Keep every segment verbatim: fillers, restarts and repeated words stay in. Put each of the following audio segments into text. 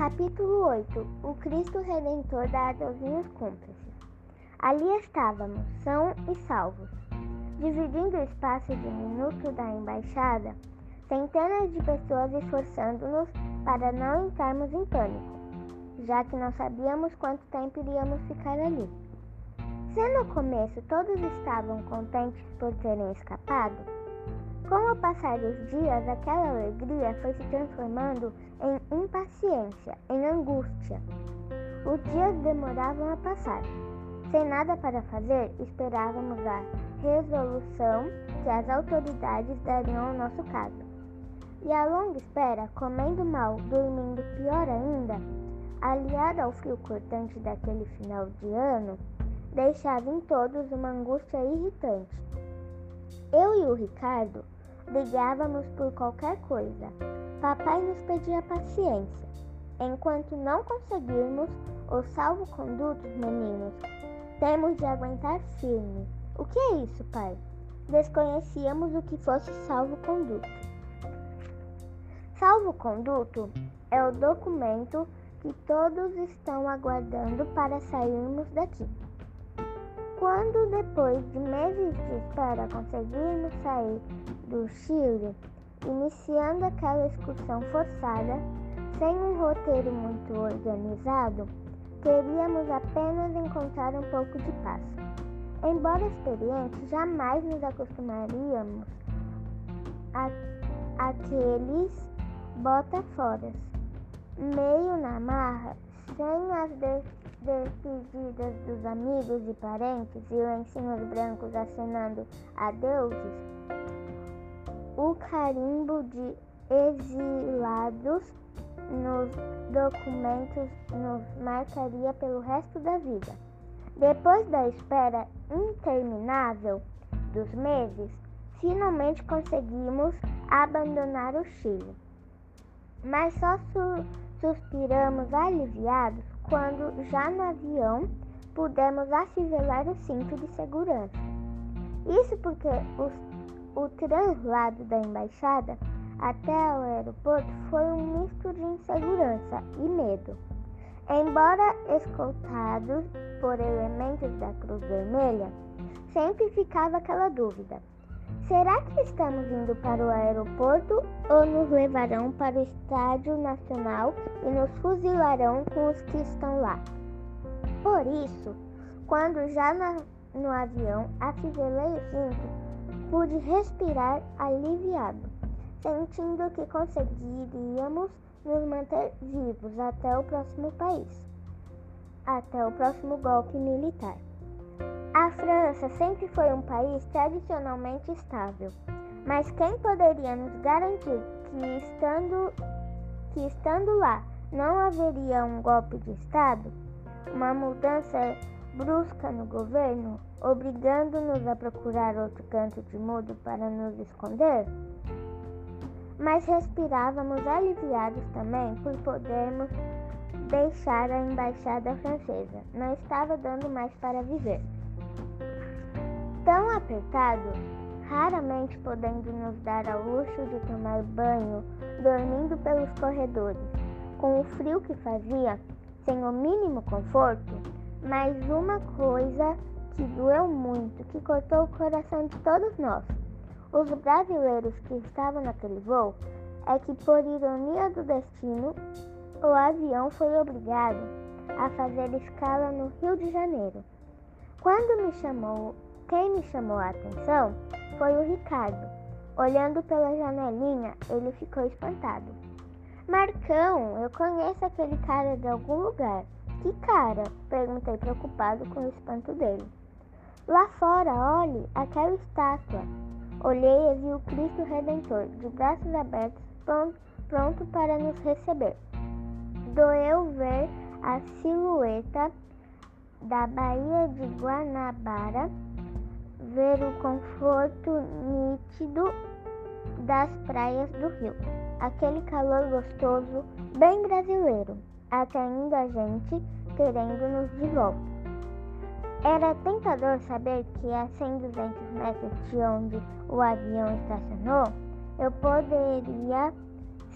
Capítulo oito. O Cristo Redentor dá adeusinhos cúmplices. Ali estávamos, são e salvos, dividindo o espaço diminuto da embaixada, centenas de pessoas esforçando-nos para não entrarmos em pânico, já que não sabíamos quanto tempo iríamos ficar ali. Se no começo todos estavam contentes por terem escapado, com o passar dos dias, aquela alegria foi se transformando em impaciência, em angústia. Os dias demoravam a passar. Sem nada para fazer, esperávamos a resolução que as autoridades dariam ao nosso caso. E a longa espera, comendo mal, dormindo pior ainda, aliada ao frio cortante daquele final de ano, deixava em todos uma angústia irritante. Eu e o Ricardo brigávamos por qualquer coisa. Papai nos pedia paciência. Enquanto não conseguirmos o salvo-conduto, meninos, temos de aguentar firme. O que é isso, pai? Desconhecíamos o que fosse salvo-conduto. Salvo-conduto é o documento que todos estão aguardando para sairmos daqui. Quando, depois de meses de espera, conseguirmos sair do Chile, iniciando aquela excursão forçada, sem um roteiro muito organizado, queríamos apenas encontrar um pouco de paz. Embora experientes, jamais nos acostumaríamos a aqueles botaforas, meio na marra, sem as de despedidas dos amigos e parentes e lencinhos brancos acenando adeuses, o carimbo de exilados nos documentos nos marcaria pelo resto da vida. Depois da espera interminável dos meses, finalmente conseguimos abandonar o Chile. Mas só su suspiramos aliviados quando, já no avião, pudemos afivelar o cinto de segurança. Isso porque os, o translado da embaixada até o aeroporto foi um misto de insegurança e medo. Embora escoltados por elementos da Cruz Vermelha, sempre ficava aquela dúvida: será que estamos indo para o aeroporto ou nos levarão para o Estádio Nacional e nos fuzilarão com os que estão lá? Por isso, quando já na, no avião afivelei o cinto, pude respirar aliviado, sentindo que conseguiríamos nos manter vivos até o próximo país, até o próximo golpe militar. A França sempre foi um país tradicionalmente estável, mas quem poderia nos garantir que estando, que estando lá não haveria um golpe de Estado, uma mudança brusca no governo, obrigando-nos a procurar outro canto de mundo para nos esconder? Mas respirávamos aliviados também por podermos deixar a embaixada francesa. Não estava dando mais para viver. Tão apertado, raramente podendo nos dar ao luxo de tomar banho, dormindo pelos corredores, com o frio que fazia, sem o mínimo conforto, mas uma coisa que doeu muito, que cortou o coração de todos nós, os brasileiros que estavam naquele voo, é que, por ironia do destino, o avião foi obrigado a fazer escala no Rio de Janeiro. Quando me chamou Quem me chamou a atenção foi o Ricardo. Olhando pela janelinha, ele ficou espantado. Marcão, eu conheço aquele cara de algum lugar. Que cara? Perguntei preocupado com o espanto dele. Lá fora, olhe, aquela estátua. Olhei e vi o Cristo Redentor, de braços abertos, pronto para nos receber. Doeu ver a silhueta da Baía de Guanabara, ver o conforto nítido das praias do Rio, aquele calor gostoso, bem brasileiro, atraindo a gente, querendo-nos de volta. Era tentador saber que a cem, duzentos metros de onde o avião estacionou, eu poderia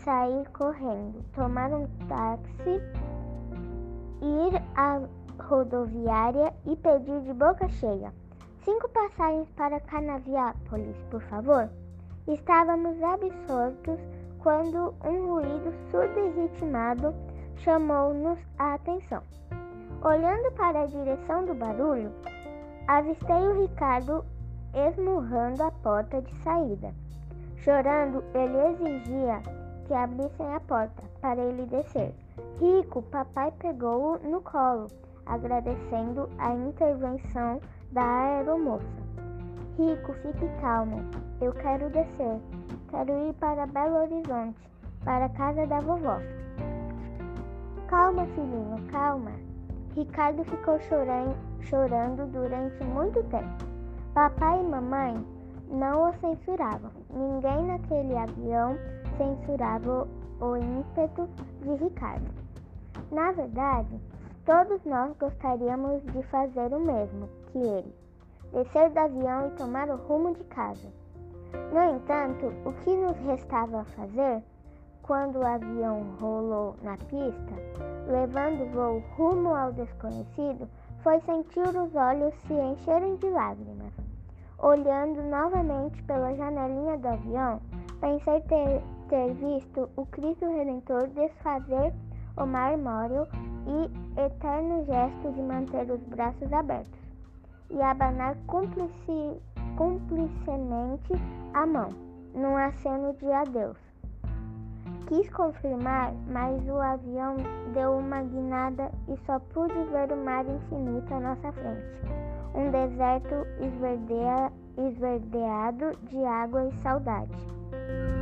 sair correndo, tomar um táxi, ir à rodoviária e pedir de boca cheia: cinco passagens para Canavieirópolis, por favor. Estávamos absortos quando um ruído surdo e ritmado chamou-nos a atenção. Olhando para a direção do barulho, avistei o Ricardo esmurrando a porta de saída. Chorando, ele exigia que abrissem a porta para ele descer. Rico, papai pegou-o no colo, agradecendo a intervenção da aeromoça. Rico, fique calmo. Eu quero descer. Quero ir para Belo Horizonte, para a casa da vovó. Calma, filhinho, calma. Ricardo ficou chorando, chorando durante muito tempo. Papai e mamãe não o censuravam. Ninguém naquele avião censurava o ímpeto de Ricardo. Na verdade, todos nós gostaríamos de fazer o mesmo que ele, descer do avião e tomar o rumo de casa. No entanto, o que nos restava fazer, quando o avião rolou na pista, levando o voo rumo ao desconhecido, foi sentir os olhos se encherem de lágrimas. Olhando novamente pela janelinha do avião, pensei ter, ter visto o Cristo Redentor desfazer o marmóreo e eterno gesto de manter os braços abertos e abanar cúmplice, cúmplicemente a mão, num aceno de adeus. Quis confirmar, mas o avião deu uma guinada e só pude ver o mar infinito à nossa frente. Um deserto esverdea, esverdeado de água e saudade.